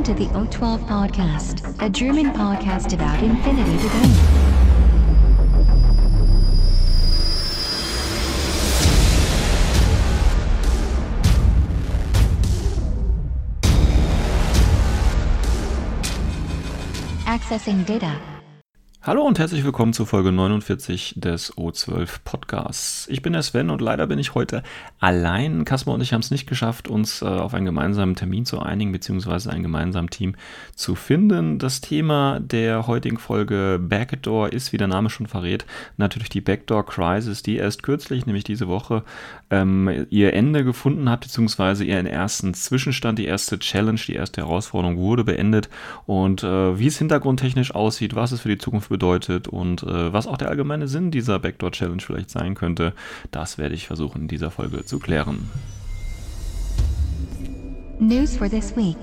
Welcome to the O12 Podcast, a German podcast about infinity today. Accessing data. Hallo und herzlich willkommen zu Folge 49 des O12 Podcasts. Ich bin der Sven und leider bin ich heute allein. Kasper und ich haben es nicht geschafft, uns auf einen gemeinsamen Termin zu einigen, beziehungsweise ein gemeinsames Team zu finden. Das Thema der heutigen Folge Backdoor ist, wie der Name schon verrät, natürlich die Backdoor Crisis, die erst kürzlich, nämlich diese Woche, ihr Ende gefunden hat, beziehungsweise ihren ersten Zwischenstand, die erste Challenge, die erste Herausforderung wurde beendet. Und wie es hintergrundtechnisch aussieht, was es für die Zukunft bedeutet und was auch der allgemeine Sinn dieser Backdoor Challenge vielleicht sein könnte, das werde ich versuchen in dieser Folge zu klären. News for this week.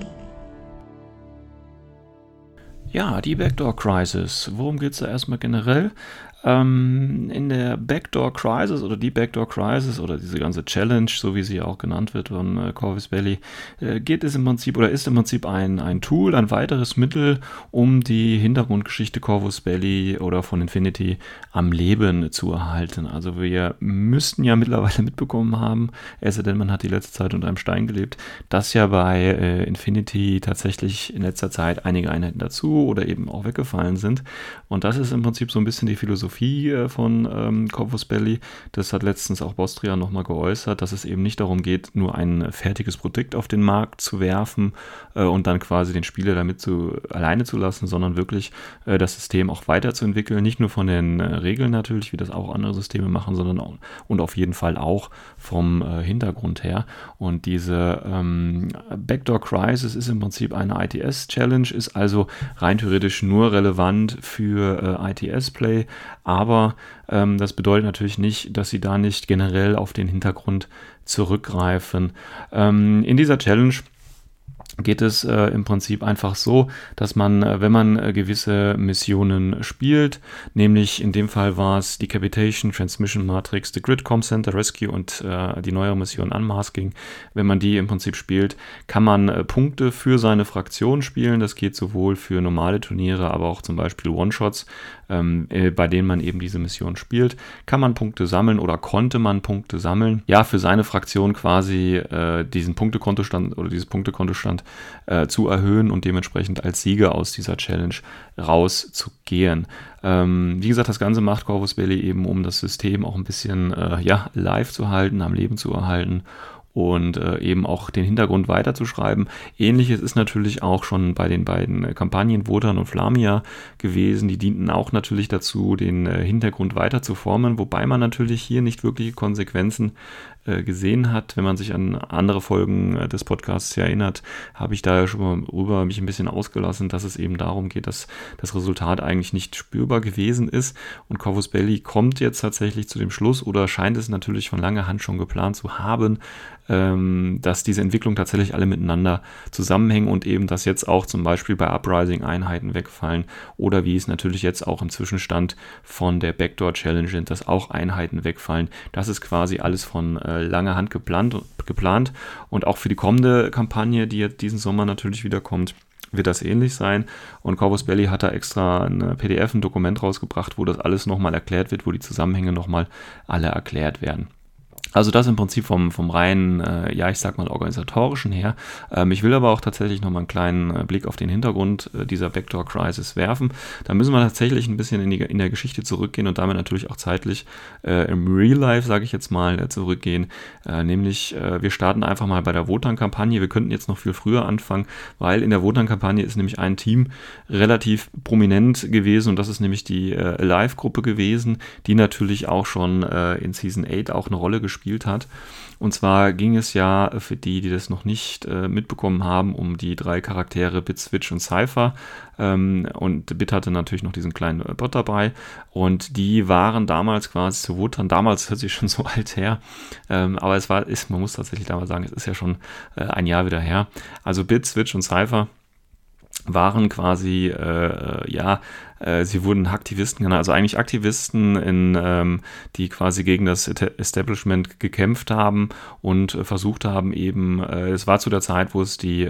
Ja, die Backdoor Crisis. Worum geht es da erstmal generell? In der Backdoor Crisis oder die Backdoor Crisis oder diese ganze Challenge, so wie sie auch genannt wird von Corvus Belli, ist im Prinzip ein Tool, ein weiteres Mittel, um die Hintergrundgeschichte Corvus Belli oder von Infinity am Leben zu erhalten. Also wir müssten ja mittlerweile mitbekommen haben, es sei denn, man hat die letzte Zeit unter einem Stein gelebt, dass ja bei Infinity tatsächlich in letzter Zeit einige Einheiten dazu oder eben auch weggefallen sind. Und das ist im Prinzip so ein bisschen die Philosophie von Corvus Belli. Das hat letztens auch Bostria nochmal geäußert, dass es eben nicht darum geht, nur ein fertiges Produkt auf den Markt zu werfen und dann quasi den Spieler damit alleine zu lassen, sondern wirklich das System auch weiterzuentwickeln. Nicht nur von den Regeln natürlich, wie das auch andere Systeme machen, sondern auch, und auf jeden Fall auch vom Hintergrund her. Und diese Backdoor Crisis ist im Prinzip eine ITS-Challenge, ist also rein theoretisch nur relevant für ITS-Play, aber das bedeutet natürlich nicht, dass sie da nicht generell auf den Hintergrund zurückgreifen. In dieser Challenge geht es im Prinzip einfach so, dass man, wenn man gewisse Missionen spielt, nämlich in dem Fall war es Decapitation, Transmission Matrix, The Grid Com Center Rescue und die neue Mission Unmasking, wenn man die im Prinzip spielt, kann man Punkte für seine Fraktion spielen. Das geht sowohl für normale Turniere, aber auch zum Beispiel One-Shots, bei denen man eben diese Mission spielt, kann man Punkte sammeln oder konnte man Punkte sammeln. Ja, für seine Fraktion quasi diesen Punktekontostand oder dieses Punktekontostand zu erhöhen und dementsprechend als Sieger aus dieser Challenge rauszugehen. Wie gesagt, das Ganze macht Corvus Belli eben, um das System auch ein bisschen live zu halten, am Leben zu erhalten und eben auch den Hintergrund weiterzuschreiben. Ähnliches ist natürlich auch schon bei den beiden Kampagnen Wotan und Flamia gewesen. Die dienten auch natürlich dazu, den Hintergrund weiter zu formen, wobei man natürlich hier nicht wirkliche Konsequenzen gesehen hat. Wenn man sich an andere Folgen des Podcasts erinnert, habe ich da ja schon mal rüber mich ein bisschen ausgelassen, dass es eben darum geht, dass das Resultat eigentlich nicht spürbar gewesen ist. Und Corvus Belli kommt jetzt tatsächlich zu dem Schluss oder scheint es natürlich von langer Hand schon geplant zu haben, dass diese Entwicklung tatsächlich alle miteinander zusammenhängen und eben, dass jetzt auch zum Beispiel bei Uprising Einheiten wegfallen oder wie es natürlich jetzt auch im Zwischenstand von der Backdoor Challenge sind, dass auch Einheiten wegfallen. Das ist quasi alles von langer Hand geplant und auch für die kommende Kampagne, die jetzt diesen Sommer natürlich wieder kommt, wird das ähnlich sein. Und Corvus Belli hat da extra ein PDF, ein Dokument rausgebracht, wo das alles nochmal erklärt wird, wo die Zusammenhänge nochmal alle erklärt werden. Also das im Prinzip vom reinen, organisatorischen her. Ich will aber auch tatsächlich nochmal einen kleinen Blick auf den Hintergrund dieser Backdoor Crisis werfen. Da müssen wir tatsächlich ein bisschen in der Geschichte zurückgehen und damit natürlich auch zeitlich im Real Life, sage ich jetzt mal, zurückgehen. Nämlich, wir starten einfach mal bei der Wotan-Kampagne. Wir könnten jetzt noch viel früher anfangen, weil in der Wotan-Kampagne ist nämlich ein Team relativ prominent gewesen und das ist nämlich die Alive-Gruppe gewesen, die natürlich auch schon in Season 8 auch eine Rolle gespielt hat. Und zwar ging es ja für die das noch nicht mitbekommen haben, um die drei Charaktere Bit, Switch und Cypher. Und Bit hatte natürlich noch diesen kleinen Bot dabei. Und die waren damals quasi zu Wotan. Damals hört sich schon so alt her. Aber man muss tatsächlich damals sagen, es ist ja schon ein Jahr wieder her. Also Bit, Switch und Cypher waren quasi, sie wurden Hacktivisten genannt, also eigentlich Aktivisten, die quasi gegen das Establishment gekämpft haben und versucht haben eben, es war zu der Zeit, wo es die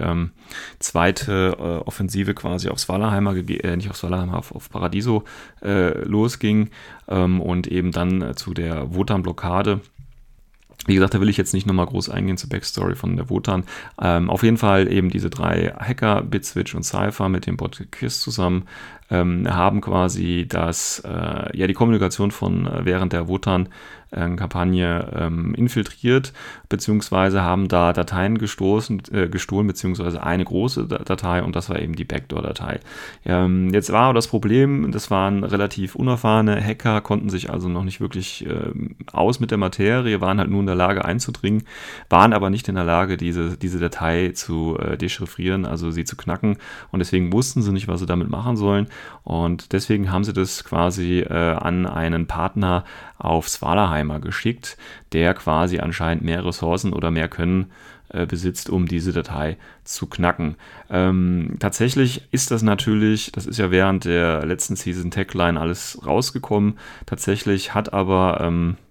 zweite Offensive quasi aufs Valheimer, nicht aufs Valheimer, auf Paradiso losging und eben dann zu der Wotan-Blockade. Wie gesagt, da will ich jetzt nicht nochmal groß eingehen zur Backstory von der Wotan. Auf jeden Fall eben diese 3 Hacker, Bitswitch und Cypher mit dem Bot KISS zusammen haben quasi die Kommunikation von während der Wotan-Kampagne infiltriert, beziehungsweise haben da Dateien gestohlen, beziehungsweise eine große Datei, und das war eben die Backdoor-Datei. Jetzt war das Problem, das waren relativ unerfahrene Hacker, konnten sich also noch nicht wirklich aus mit der Materie, waren halt nur in der Lage einzudringen, waren aber nicht in der Lage, diese Datei zu dechiffrieren, also sie zu knacken, und deswegen wussten sie nicht, was sie damit machen sollen. Und deswegen haben sie das quasi an einen Partner aufs Valheimer geschickt, der quasi anscheinend mehr Ressourcen oder mehr Können besitzt, um diese Datei zu knacken. Tatsächlich ist das natürlich, das ist ja während der letzten Season Techline alles rausgekommen, tatsächlich hat aber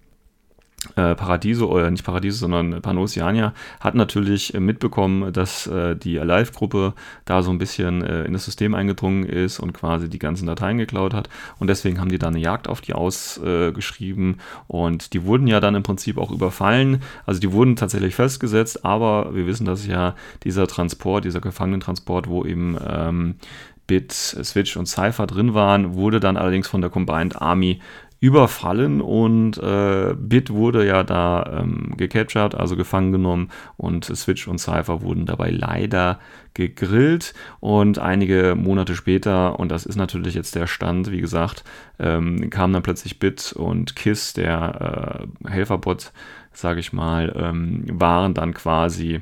Paradiso, oder nicht Paradiso, sondern Panosiania hat natürlich mitbekommen, dass die Alive-Gruppe da so ein bisschen in das System eingedrungen ist und quasi die ganzen Dateien geklaut hat, und deswegen haben die da eine Jagd auf die ausgeschrieben, und die wurden ja dann im Prinzip auch überfallen, also die wurden tatsächlich festgesetzt, aber wir wissen, dass ja dieser Gefangenentransport, wo eben Bit, Switch und Cypher drin waren, wurde dann allerdings von der Combined Army überfallen, und Bit wurde ja da gecaptured, also gefangen genommen, und Switch und Cypher wurden dabei leider gegrillt, und einige Monate später, und das ist natürlich jetzt der Stand, wie gesagt, kamen dann plötzlich Bit und KISS, der Helferbot, sage ich mal, waren dann quasi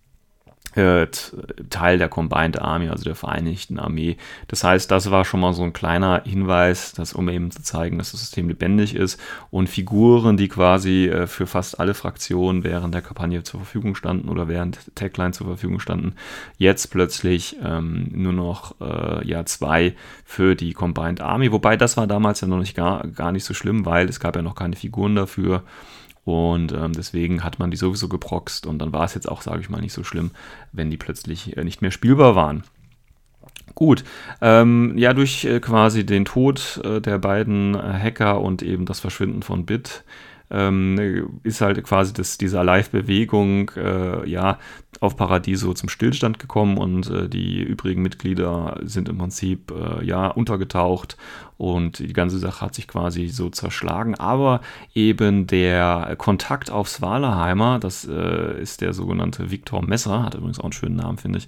Teil der Combined Army, also der Vereinigten Armee. Das heißt, das war schon mal so ein kleiner Hinweis, um eben zu zeigen, dass das System lebendig ist, und Figuren, die quasi für fast alle Fraktionen während der Kampagne zur Verfügung standen oder während der Tagline zur Verfügung standen, jetzt plötzlich nur noch 2 für die Combined Army. Wobei das war damals ja noch nicht gar nicht so schlimm, weil es gab ja noch keine Figuren dafür. Und deswegen hat man die sowieso geproxt, und dann war es jetzt auch, sage ich mal, nicht so schlimm, wenn die plötzlich nicht mehr spielbar waren. Gut, durch quasi den Tod der beiden Hacker und eben das Verschwinden von Bit ist halt quasi diese Alive-Bewegung auf Paradiso zum Stillstand gekommen, und die übrigen Mitglieder sind im Prinzip untergetaucht, und die ganze Sache hat sich quasi so zerschlagen. Aber eben der Kontakt aufs Valheimer, das ist der sogenannte Victor Messer, hat übrigens auch einen schönen Namen, finde ich,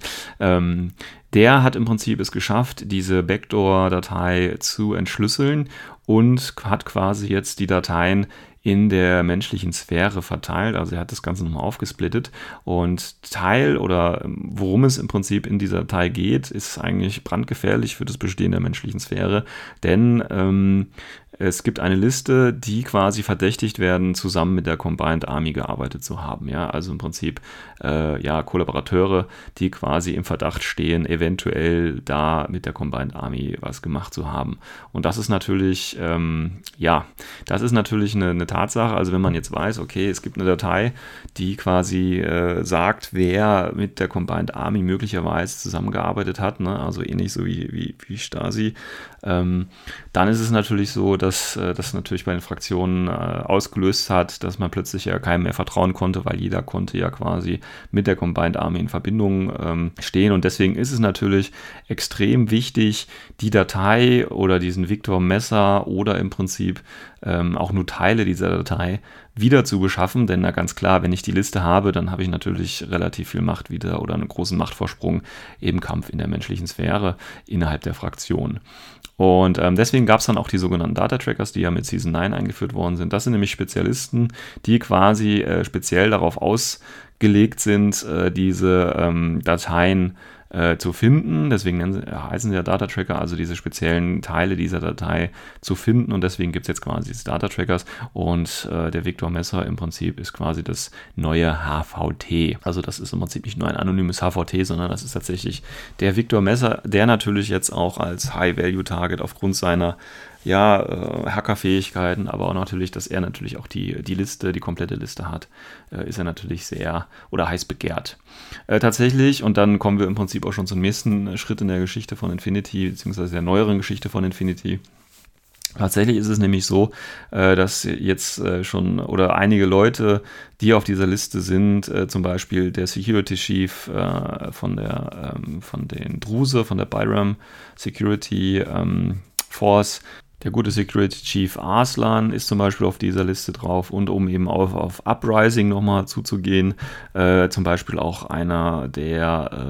der hat im Prinzip es geschafft, diese Backdoor-Datei zu entschlüsseln und hat quasi jetzt die Dateien in der menschlichen Sphäre verteilt. Also er hat das Ganze nochmal aufgesplittet, und worum es im Prinzip in dieser Datei geht, ist eigentlich brandgefährlich für das Bestehen der menschlichen Sphäre, denn es gibt eine Liste, die quasi verdächtigt werden, zusammen mit der Combined Army gearbeitet zu haben. Ja? Also im Prinzip Kollaborateure, die quasi im Verdacht stehen, eventuell da mit der Combined Army was gemacht zu haben. Und das ist natürlich, eine Tatsache. Also wenn man jetzt weiß, okay, es gibt eine Datei, die quasi sagt, wer mit der Combined Army möglicherweise zusammengearbeitet hat, ne? Also ähnlich so wie Stasi, dann ist es natürlich so, dass das natürlich bei den Fraktionen ausgelöst hat, dass man plötzlich ja keinem mehr vertrauen konnte, weil jeder konnte ja quasi mit der Combined Army in Verbindung stehen, und deswegen ist es natürlich extrem wichtig, die Datei oder diesen Victor Messer oder im Prinzip auch nur Teile dieser Datei wieder zu beschaffen, denn ganz klar, wenn ich die Liste habe, dann habe ich natürlich relativ viel Macht wieder oder einen großen Machtvorsprung im Kampf in der menschlichen Sphäre innerhalb der Fraktion. Und deswegen gab es dann auch die sogenannten Data Trackers, die ja mit Season 9 eingeführt worden sind. Das sind nämlich Spezialisten, die quasi speziell darauf ausgelegt sind, diese Dateien zu finden. Deswegen heißen sie ja Data Tracker, also diese speziellen Teile dieser Datei zu finden. Und deswegen gibt es jetzt quasi diese Data Trackers. Und der Victor Messer im Prinzip ist quasi das neue HVT. Also das ist im Prinzip nicht nur ein anonymes HVT, sondern das ist tatsächlich der Victor Messer, der natürlich jetzt auch als High-Value-Target aufgrund seiner Hackerfähigkeiten, aber auch natürlich, dass er natürlich auch die komplette Liste hat, ist er natürlich sehr oder heiß begehrt. Tatsächlich, und dann kommen wir im Prinzip auch schon zum nächsten Schritt in der Geschichte von Infinity, beziehungsweise der neueren Geschichte von Infinity. Tatsächlich ist es nämlich so, dass jetzt schon oder einige Leute, die auf dieser Liste sind, zum Beispiel der Security Chief von den Druse, von der Byram Security Force, der gute Security Chief Arslan ist zum Beispiel auf dieser Liste drauf, und um eben auf Uprising nochmal zuzugehen, zum Beispiel auch einer der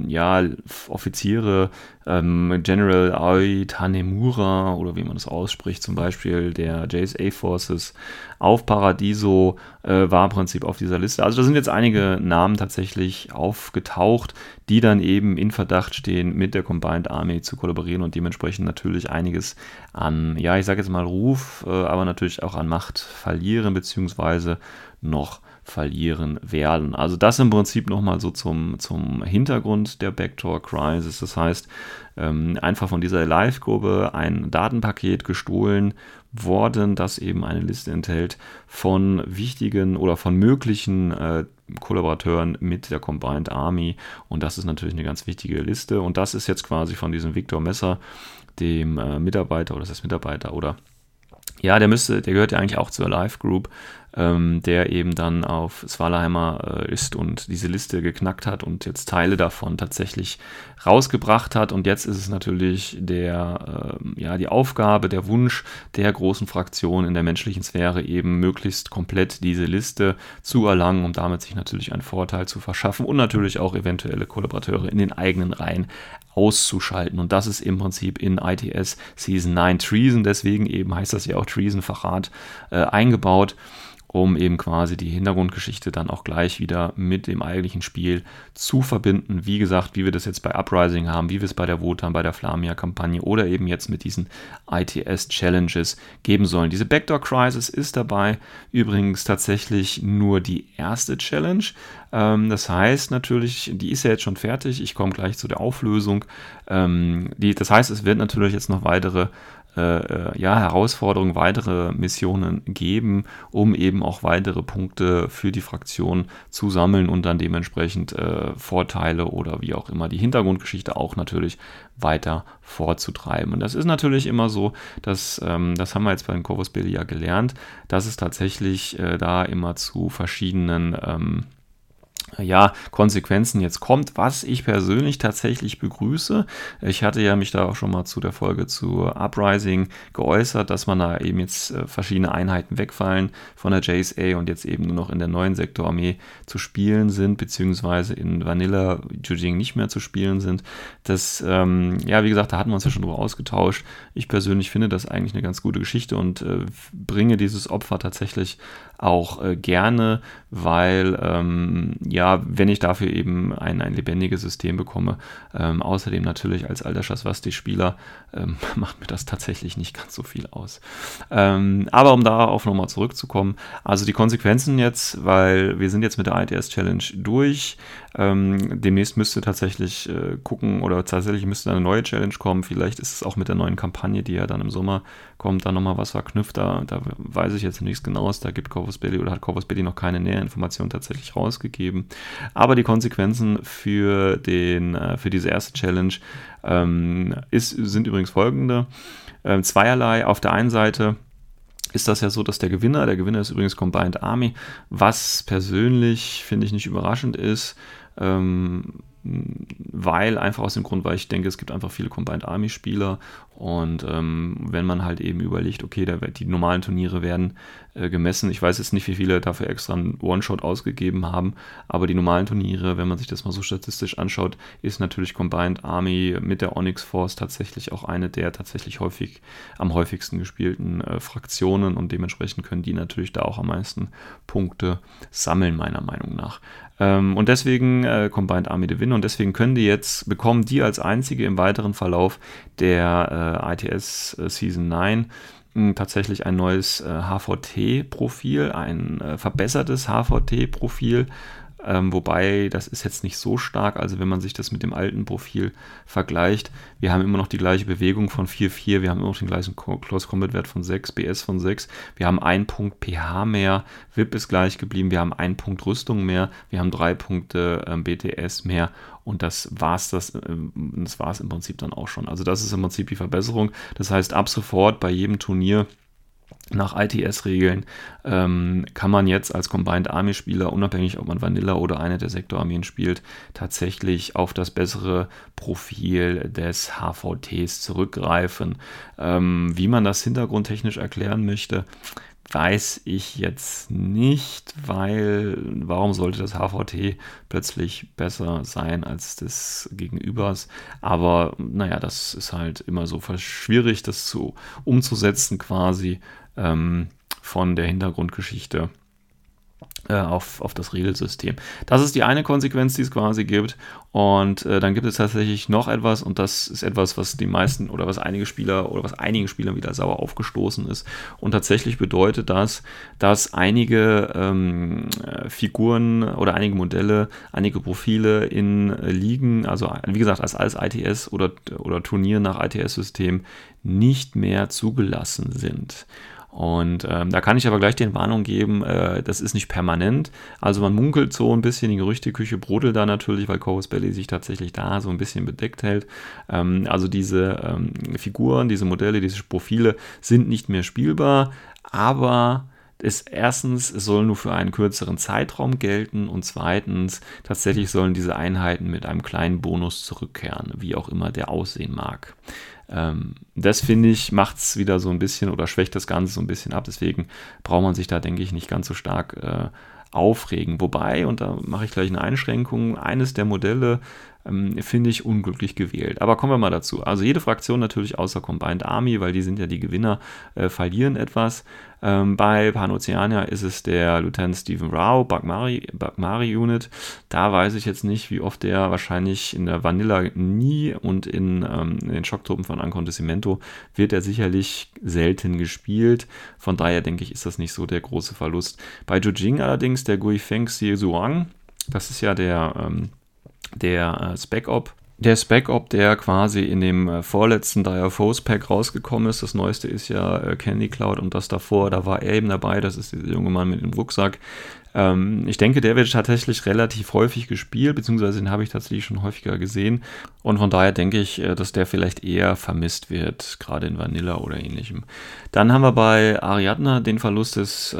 Offiziere, General Aoi Tanemura, oder wie man das ausspricht, zum Beispiel der JSA Forces auf Paradiso, war im Prinzip auf dieser Liste. Also da sind jetzt einige Namen tatsächlich aufgetaucht, die dann eben in Verdacht stehen, mit der Combined Army zu kollaborieren und dementsprechend natürlich einiges an, ich sage jetzt mal Ruf, aber natürlich auch an Macht verlieren, beziehungsweise noch verlieren werden. Also das im Prinzip nochmal so zum Hintergrund der Backdoor Crisis. Das heißt, einfach von dieser Live-Gruppe ein Datenpaket gestohlen worden, das eben eine Liste enthält von wichtigen oder von möglichen Kollaborateuren mit der Combined Army, und das ist natürlich eine ganz wichtige Liste, und das ist jetzt quasi von diesem Victor Messer, dem Mitarbeiter, oder das heißt Mitarbeiter, oder der gehört ja eigentlich auch zur Live Group, der eben dann auf Svalaheimer ist und diese Liste geknackt hat und jetzt Teile davon tatsächlich rausgebracht hat. Und jetzt ist es natürlich die Aufgabe, der Wunsch der großen Fraktion in der menschlichen Sphäre, eben möglichst komplett diese Liste zu erlangen, um damit sich natürlich einen Vorteil zu verschaffen und natürlich auch eventuelle Kollaborateure in den eigenen Reihen auszuschalten. Und das ist im Prinzip in ITS Season 9 Treason, deswegen eben heißt das ja auch Treason, Verrat, eingebaut, um eben quasi die Hintergrundgeschichte dann auch gleich wieder mit dem eigentlichen Spiel zu verbinden. Wie gesagt, wie wir das jetzt bei Uprising haben, wie wir es bei der Wotan, bei der Flamia-Kampagne oder eben jetzt mit diesen ITS-Challenges geben sollen. Diese Backdoor Crisis ist dabei übrigens tatsächlich nur die erste Challenge. Das heißt natürlich, die ist ja jetzt schon fertig. Ich komme gleich zu der Auflösung. Das heißt, es wird natürlich jetzt noch weitere Herausforderungen, weitere Missionen geben, um eben auch weitere Punkte für die Fraktion zu sammeln und dann dementsprechend Vorteile oder wie auch immer die Hintergrundgeschichte auch natürlich weiter vorzutreiben. Und das ist natürlich immer so, dass, das haben wir jetzt bei den Corvus Belli ja gelernt, dass es tatsächlich da immer zu verschiedenen Konsequenzen jetzt kommt, was ich persönlich tatsächlich begrüße. Ich hatte ja mich da auch schon mal zu der Folge zu Uprising geäußert, dass man da eben jetzt verschiedene Einheiten wegfallen von der JSA und jetzt eben nur noch in der neuen Sektorarmee zu spielen sind, beziehungsweise in Vanilla Jujing nicht mehr zu spielen sind. Das, wie gesagt, da hatten wir uns ja schon drüber ausgetauscht. Ich persönlich finde das eigentlich eine ganz gute Geschichte und bringe dieses Opfer tatsächlich auch gerne, weil wenn ich dafür eben ein lebendiges System bekomme, außerdem natürlich als alter Shasvasti-Spieler macht mir das tatsächlich nicht ganz so viel aus. Aber um darauf nochmal zurückzukommen, also die Konsequenzen jetzt, weil wir sind jetzt mit der ITS-Challenge durch, demnächst müsste tatsächlich gucken oder tatsächlich müsste eine neue Challenge kommen, vielleicht ist es auch mit der neuen Kampagne, die ja dann im Sommer kommt, dann nochmal was verknüpft, da weiß ich jetzt nichts Genaues, da gibt Corvus Belli oder hat Corvus Belli noch keine Näherinformationen tatsächlich rausgegeben, aber die Konsequenzen für diese erste Challenge sind übrigens folgende, zweierlei. Auf der einen Seite ist das ja so, dass der Gewinner ist übrigens Combined Army, was persönlich, finde ich, nicht überraschend ist, weil ich denke, es gibt einfach viele Combined Army Spieler und wenn man halt eben überlegt, okay, die normalen Turniere werden gemessen, ich weiß jetzt nicht, wie viele dafür extra einen One-Shot ausgegeben haben, aber die normalen Turniere, wenn man sich das mal so statistisch anschaut, ist natürlich Combined Army mit der Onyx Force tatsächlich auch eine der tatsächlich am häufigsten gespielten Fraktionen und dementsprechend können die natürlich da auch am meisten Punkte sammeln, meiner Meinung nach. Und deswegen Combined Army Divine und deswegen bekommen die als einzige im weiteren Verlauf der ITS Season 9 tatsächlich ein neues HVT-Profil, ein verbessertes HVT-Profil, wobei das ist jetzt nicht so stark, also wenn man sich das mit dem alten Profil vergleicht, wir haben immer noch die gleiche Bewegung von 4,4, wir haben immer noch den gleichen Close Combat Wert von 6, BS von 6, wir haben 1 Punkt pH mehr, VIP ist gleich geblieben, wir haben 1 Punkt Rüstung mehr, wir haben 3 Punkte BTS mehr und das war's im Prinzip dann auch schon. Also das ist im Prinzip die Verbesserung, das heißt ab sofort bei jedem Turnier nach ITS-Regeln kann man jetzt als Combined Army-Spieler, unabhängig ob man Vanilla oder eine der Sektorarmeen spielt, tatsächlich auf das bessere Profil des HVTs zurückgreifen. Wie man das hintergrundtechnisch erklären möchte, weiß ich jetzt nicht, weil warum sollte das HVT plötzlich besser sein als des Gegenübers? Aber naja, das ist halt immer so schwierig, das umzusetzen quasi von der Hintergrundgeschichte auf das Regelsystem. Das ist die eine Konsequenz, die es quasi gibt. Und dann gibt es tatsächlich noch etwas, und das ist etwas, was die meisten oder was einigen Spielern wieder sauer aufgestoßen ist. Und tatsächlich bedeutet das, dass einige Figuren oder einige Modelle, einige Profile in Ligen, also wie gesagt, als ITS oder Turnier nach ITS-System nicht mehr zugelassen sind. Und da kann ich aber gleich die Warnung geben, das ist nicht permanent. Also man munkelt so ein bisschen, die Gerüchteküche brodelt da natürlich, weil Corvus Belli sich tatsächlich da so ein bisschen bedeckt hält. Also diese Figuren, diese Modelle, diese Profile sind nicht mehr spielbar, aber es soll nur für einen kürzeren Zeitraum gelten und zweitens, tatsächlich sollen diese Einheiten mit einem kleinen Bonus zurückkehren, wie auch immer der aussehen mag. Das finde ich, macht es wieder so ein bisschen oder schwächt das Ganze so ein bisschen ab. Deswegen braucht man sich da, denke ich, nicht ganz so stark aufregen. Wobei, und da mache ich gleich eine Einschränkung, eines der Modelle finde ich unglücklich gewählt. Aber kommen wir mal dazu. Also jede Fraktion natürlich außer Combined Army, weil die sind ja die Gewinner, verlieren etwas. Bei Pan-Oceania ist es der Lieutenant Stephen Rao, Bagmari Unit. Da weiß ich jetzt nicht, wie oft der wahrscheinlich in der Vanilla nie und in den Schocktruppen von Acontecimento wird er sicherlich selten gespielt. Von daher denke ich, ist das nicht so der große Verlust. Bei Zhujing allerdings der Guifeng Xie-Zhuang, das ist ja der Spec-Op. Der Spec-Op, der quasi in dem vorletzten Dire Foes Pack rausgekommen ist. Das neueste ist ja Candy Cloud und das davor, da war er eben dabei. Das ist dieser junge Mann mit dem Rucksack. Ich denke, der wird tatsächlich relativ häufig gespielt, beziehungsweise den habe ich tatsächlich schon häufiger gesehen. Und von daher denke ich, dass der vielleicht eher vermisst wird, gerade in Vanilla oder ähnlichem. Dann haben wir bei Ariadna den Verlust des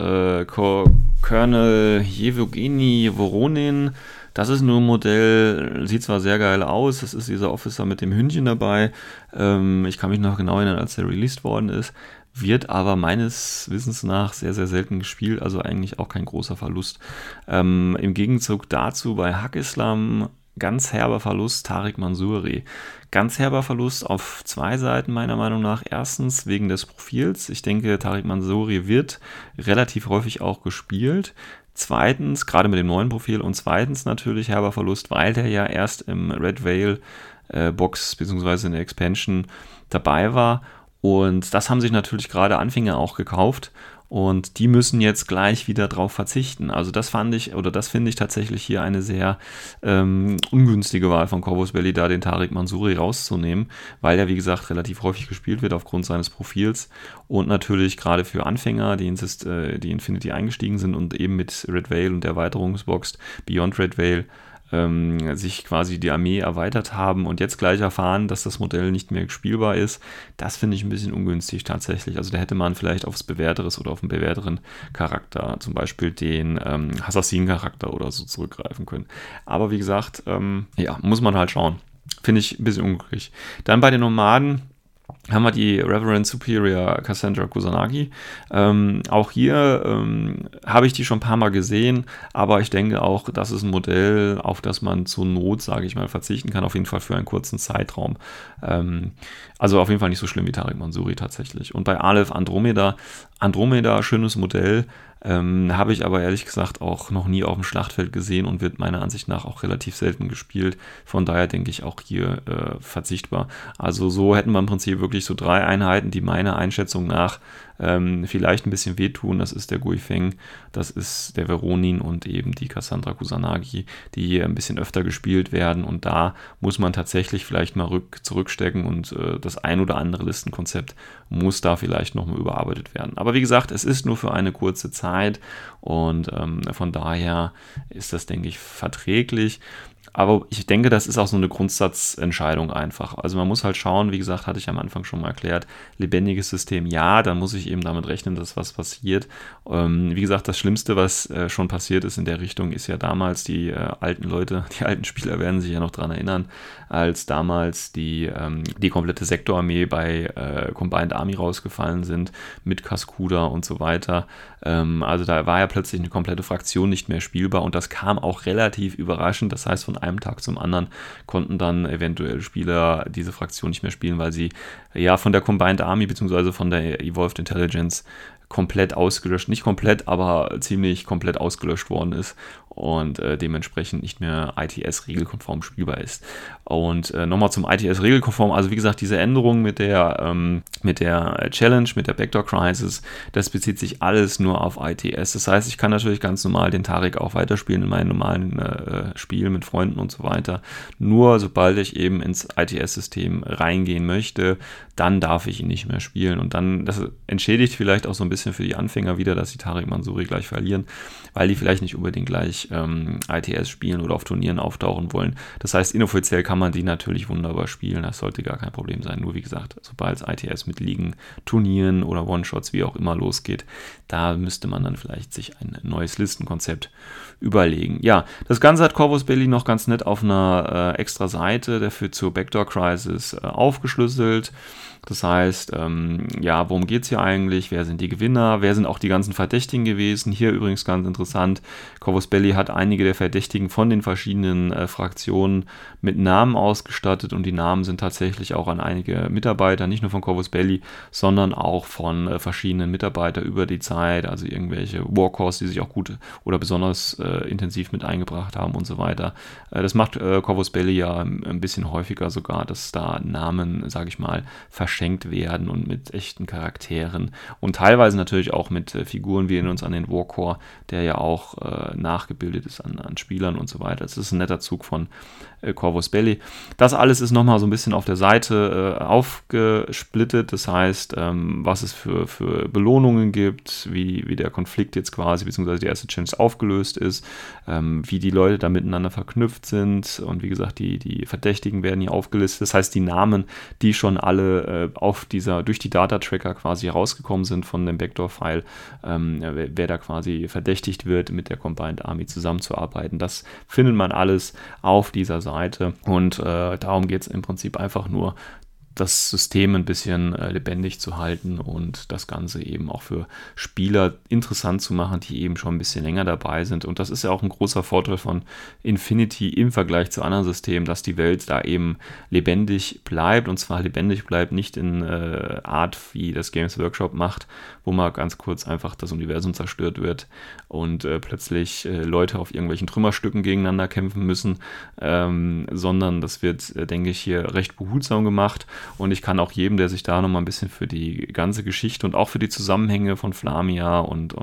Colonel Yevgeny Voronin. Das ist nur ein Modell, sieht zwar sehr geil aus, das ist dieser Officer mit dem Hündchen dabei. Ich kann mich noch genau erinnern, als der released worden ist. Wird aber meines Wissens nach sehr, sehr selten gespielt, also eigentlich auch kein großer Verlust. Im Gegenzug dazu bei Hack Islam ganz herber Verlust Tariq Mansouri. Ganz herber Verlust auf zwei Seiten meiner Meinung nach. Erstens wegen des Profils. Ich denke, Tariq Mansouri wird relativ häufig auch gespielt. Zweitens, gerade mit dem neuen Profil und zweitens natürlich herber Verlust, weil der ja erst im Red Veil Box bzw. in der Expansion dabei war und das haben sich natürlich gerade Anfänger auch gekauft und die müssen jetzt gleich wieder drauf verzichten. Also das finde ich tatsächlich hier eine sehr ungünstige Wahl von Corvus Belli, da den Tariq Mansouri rauszunehmen, weil er wie gesagt relativ häufig gespielt wird aufgrund seines Profils und natürlich gerade für Anfänger, die Infinity eingestiegen sind und eben mit Red Veil und der Erweiterungsbox Beyond Red Veil sich quasi die Armee erweitert haben und jetzt gleich erfahren, dass das Modell nicht mehr spielbar ist, das finde ich ein bisschen ungünstig tatsächlich. Also da hätte man vielleicht aufs bewährteres oder auf einen bewährteren Charakter, zum Beispiel den Assassin-Charakter oder so zurückgreifen können. Aber wie gesagt, muss man halt schauen. Finde ich ein bisschen unglücklich. Dann bei den Nomaden haben wir die Reverend Superior Cassandra Kusanagi. Auch hier habe ich die schon ein paar Mal gesehen, aber ich denke auch, das ist ein Modell, auf das man zur Not, sage ich mal, verzichten kann, auf jeden Fall für einen kurzen Zeitraum. Also auf jeden Fall nicht so schlimm wie Tariq Mansouri tatsächlich. Und bei Aleph Andromeda, schönes Modell, Habe ich aber ehrlich gesagt auch noch nie auf dem Schlachtfeld gesehen und wird meiner Ansicht nach auch relativ selten gespielt. Von daher denke ich auch hier verzichtbar. Also so hätten wir im Prinzip wirklich so 3 Einheiten, die meiner Einschätzung nach vielleicht ein bisschen wehtun. Das ist der Guifeng, das ist der Veronin und eben die Cassandra Kusanagi, die hier ein bisschen öfter gespielt werden. Und da muss man tatsächlich vielleicht mal zurückstecken und das ein oder andere Listenkonzept muss da vielleicht nochmal überarbeitet werden. Aber wie gesagt, es ist nur für eine kurze Zeit und von daher ist das, denke ich, verträglich. Aber ich denke, das ist auch so eine Grundsatzentscheidung einfach. Also man muss halt schauen, wie gesagt, hatte ich am Anfang schon mal erklärt, lebendiges System, ja, dann muss ich eben damit rechnen, dass was passiert. Wie gesagt, das Schlimmste, was schon passiert ist in der Richtung, ist ja damals die alten Leute, die alten Spieler werden sich ja noch daran erinnern, als damals die komplette Sektorarmee bei Combined Army rausgefallen sind, mit Cascuda und so weiter. Also da war ja plötzlich eine komplette Fraktion nicht mehr spielbar und das kam auch relativ überraschend. Das heißt, von einem Tag zum anderen konnten dann eventuell Spieler diese Fraktion nicht mehr spielen, weil sie ja von der Combined Army bzw. von der Evolved Intelligence komplett ausgelöscht, nicht komplett, aber ziemlich komplett ausgelöscht worden ist und dementsprechend nicht mehr ITS-regelkonform spielbar ist. Und nochmal zum ITS-regelkonform, also wie gesagt, diese Änderung mit der Challenge, mit der Backdoor Crisis, das bezieht sich alles nur auf ITS. Das heißt, ich kann natürlich ganz normal den Tariq auch weiterspielen in meinen normalen Spielen mit Freunden und so weiter. Nur sobald ich eben ins ITS-System reingehen möchte, dann darf ich ihn nicht mehr spielen. Und dann, das entschädigt vielleicht auch so ein bisschen für die Anfänger wieder, dass die Tariq Mansouri gleich verlieren, weil die vielleicht nicht unbedingt gleich ITS spielen oder auf Turnieren auftauchen wollen. Das heißt, inoffiziell kann man die natürlich wunderbar spielen, das sollte gar kein Problem sein. Nur wie gesagt, sobald es ITS mit Ligen, Turnieren oder One-Shots, wie auch immer losgeht, da müsste man dann vielleicht sich ein neues Listenkonzept überlegen. Ja, das Ganze hat Corvus Belli noch ganz nett auf einer extra Seite, dafür zur Backdoor Crisis aufgeschlüsselt. Das heißt, ja, worum geht es hier eigentlich? Wer sind die Gewinner? Wer sind auch die ganzen Verdächtigen gewesen? Hier übrigens ganz interessant, Corvus Belli hat einige der Verdächtigen von den verschiedenen Fraktionen mit Namen ausgestattet und die Namen sind tatsächlich auch an einige Mitarbeiter, nicht nur von Corvus Belli, sondern auch von verschiedenen Mitarbeitern über die Zeit, also irgendwelche Warcores, die sich auch gut oder besonders intensiv mit eingebracht haben und so weiter. Das macht Corvus Belli ja ein bisschen häufiger sogar, dass da Namen, sage ich mal, verschenkt werden und mit echten Charakteren und teilweise natürlich auch mit Figuren. Wir erinnern uns an den Warcore, der ja auch nachgebildet ist an Spielern und so weiter. Das ist ein netter Zug von Corvus Belli. Das alles ist nochmal so ein bisschen auf der Seite aufgesplittet, das heißt, was es für Belohnungen gibt, wie der Konflikt jetzt quasi, beziehungsweise die erste Challenge aufgelöst ist, wie die Leute da miteinander verknüpft sind und wie gesagt, die Verdächtigen werden hier aufgelistet. Das heißt, die Namen, die schon alle durch die Data-Tracker quasi rausgekommen sind von dem Backdoor-File, wer da quasi verdächtigt wird, mit der Combined Army zusammenzuarbeiten, das findet man alles auf dieser Seite und darum geht es im Prinzip einfach nur, das System ein bisschen lebendig zu halten und das Ganze eben auch für Spieler interessant zu machen, die eben schon ein bisschen länger dabei sind. Und das ist ja auch ein großer Vorteil von Infinity im Vergleich zu anderen Systemen, dass die Welt da eben lebendig bleibt und zwar lebendig bleibt nicht in Art, wie das Games Workshop macht, wo mal ganz kurz einfach das Universum zerstört wird und plötzlich Leute auf irgendwelchen Trümmerstücken gegeneinander kämpfen müssen, sondern das wird, denke ich, hier recht behutsam gemacht. Und ich kann auch jedem, der sich da nochmal ein bisschen für die ganze Geschichte und auch für die Zusammenhänge von Flamia und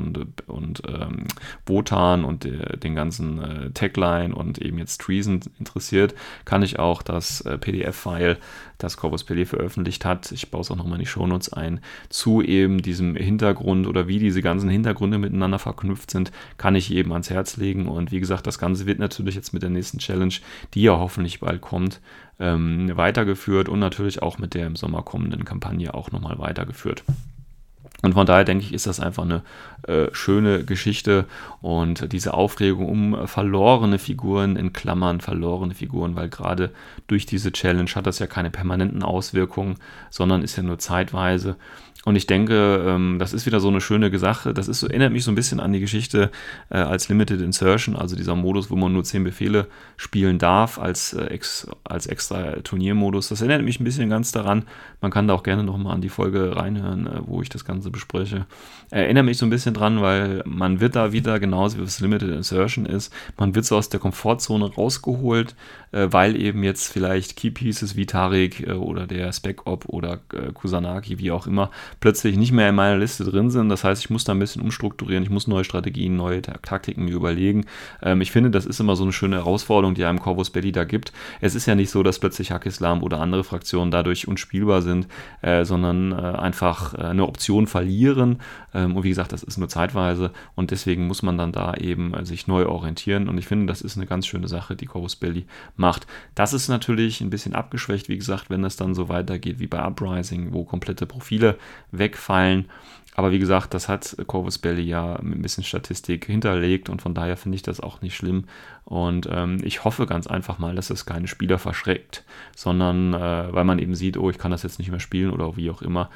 Wotan und den ganzen Tagline und eben jetzt Treason interessiert, kann ich auch das PDF-File, das Corvus Belli veröffentlicht hat, ich baue es auch nochmal in die Shownotes ein, zu eben diesem Hintergrund oder wie diese ganzen Hintergründe miteinander verknüpft sind, kann ich jedem ans Herz legen. Und wie gesagt, das Ganze wird natürlich jetzt mit der nächsten Challenge, die ja hoffentlich bald kommt, weitergeführt und natürlich auch mit der im Sommer kommenden Kampagne auch nochmal weitergeführt. Und von daher denke ich, ist das einfach eine schöne Geschichte und diese Aufregung um verlorene Figuren, in Klammern verlorene Figuren, weil gerade durch diese Challenge hat das ja keine permanenten Auswirkungen, sondern ist ja nur zeitweise. Und ich denke, das ist wieder so eine schöne Sache. Das erinnert mich so ein bisschen an die Geschichte als Limited Insertion, also dieser Modus, wo man nur 10 Befehle spielen darf als extra Turniermodus. Das erinnert mich ein bisschen ganz daran. Man kann da auch gerne nochmal an die Folge reinhören, wo ich das Ganze bespreche. Erinnert mich so ein bisschen dran, weil man wird da wieder, genauso wie es Limited Insertion ist, man wird so aus der Komfortzone rausgeholt, weil eben jetzt vielleicht Keypieces wie Tariq oder der Spec-Op oder Kusanagi, wie auch immer, plötzlich nicht mehr in meiner Liste drin sind. Das heißt, ich muss da ein bisschen umstrukturieren, ich muss neue Strategien, neue Taktiken mir überlegen. Ich finde, das ist immer so eine schöne Herausforderung, die einem Corvus Belli da gibt. Es ist ja nicht so, dass plötzlich Hack-Islam oder andere Fraktionen dadurch unspielbar sind, sondern einfach eine Option verlieren. Und wie gesagt, das ist nur zeitweise und deswegen muss man dann da eben sich neu orientieren. Und ich finde, das ist eine ganz schöne Sache, die Corvus Belli macht. Das ist natürlich ein bisschen abgeschwächt, wie gesagt, wenn das dann so weitergeht wie bei Uprising, wo komplette Profile wegfallen. Aber wie gesagt, das hat Corvus Belli ja mit ein bisschen Statistik hinterlegt und von daher finde ich das auch nicht schlimm. Und ich hoffe ganz einfach mal, dass es keine Spieler verschreckt, sondern weil man eben sieht, oh, ich kann das jetzt nicht mehr spielen oder wie auch immer,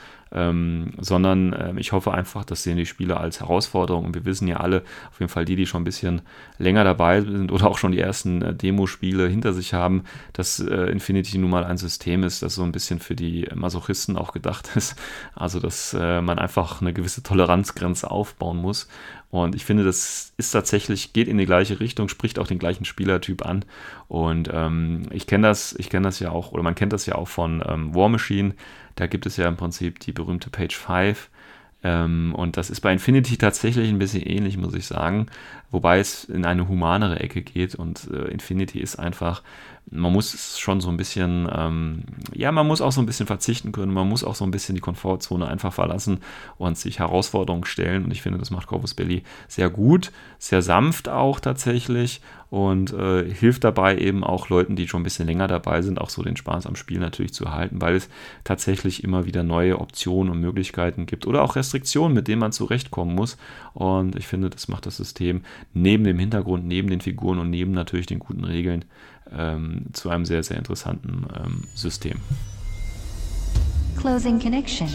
sondern ich hoffe einfach, das sehen die Spieler als Herausforderung. Und wir wissen ja alle, auf jeden Fall die schon ein bisschen länger dabei sind oder auch schon die ersten Demospiele hinter sich haben, dass Infinity nun mal ein System ist, das so ein bisschen für die Masochisten auch gedacht ist. Also, dass man einfach eine gewisse Toleranzgrenze aufbauen muss. Und ich finde, das ist tatsächlich, geht in die gleiche Richtung, spricht auch den gleichen Spielertyp an. Und ich kenne das ja auch, oder man kennt das ja auch von War Machine. Da gibt es ja im Prinzip die berühmte Page 5. Und das ist bei Infinity tatsächlich ein bisschen ähnlich, muss ich sagen. Wobei es in eine humanere Ecke geht. Und Infinity ist einfach, man muss es schon so ein bisschen, man muss auch so ein bisschen verzichten können. Man muss auch so ein bisschen die Komfortzone einfach verlassen und sich Herausforderungen stellen. Und ich finde, das macht Corvus Belli sehr gut, sehr sanft auch tatsächlich. Und hilft dabei eben auch Leuten, die schon ein bisschen länger dabei sind, auch so den Spaß am Spiel natürlich zu erhalten, weil es tatsächlich immer wieder neue Optionen und Möglichkeiten gibt oder auch Restriktionen, mit denen man zurechtkommen muss. Und ich finde, das macht das System neben dem Hintergrund, neben den Figuren und neben natürlich den guten Regeln zu einem sehr, sehr interessanten System. Closing connection.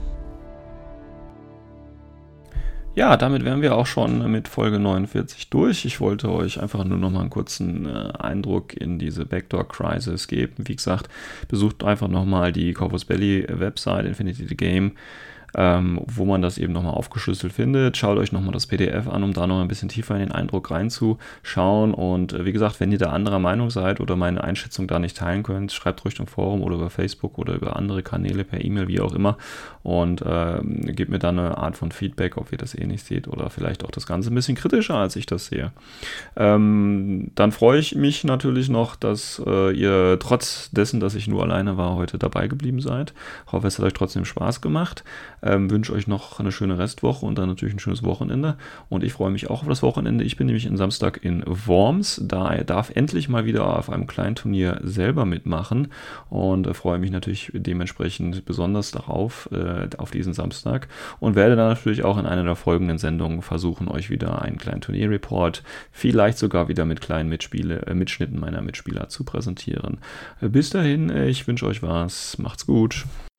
Ja, damit wären wir auch schon mit Folge 49 durch. Ich wollte euch einfach nur noch mal einen kurzen Eindruck in diese Backdoor Crisis geben. Wie gesagt, besucht einfach noch mal die Corvus Belli Website Infinity the Game, wo man das eben nochmal aufgeschlüsselt findet. Schaut euch nochmal das PDF an, um da noch ein bisschen tiefer in den Eindruck reinzuschauen. Und wie gesagt, wenn ihr da anderer Meinung seid oder meine Einschätzung da nicht teilen könnt, schreibt ruhig im Forum oder über Facebook oder über andere Kanäle per E-Mail, wie auch immer. Und gebt mir dann eine Art von Feedback, ob ihr das ähnlich seht oder vielleicht auch das Ganze ein bisschen kritischer, als ich das sehe. Dann freue ich mich natürlich noch, dass ihr trotz dessen, dass ich nur alleine war, heute dabei geblieben seid. Ich hoffe, es hat euch trotzdem Spaß gemacht. Wünsche euch noch eine schöne Restwoche und dann natürlich ein schönes Wochenende. Und ich freue mich auch auf das Wochenende. Ich bin nämlich am Samstag in Worms. Da darf endlich mal wieder auf einem kleinen Turnier selber mitmachen und freue mich natürlich dementsprechend besonders darauf, auf diesen Samstag. Und werde dann natürlich auch in einer der folgenden Sendungen versuchen, euch wieder einen kleinen Turnierreport, vielleicht sogar wieder mit kleinen Mitschnitten meiner Mitspieler zu präsentieren. Bis dahin, ich wünsche euch was. Macht's gut.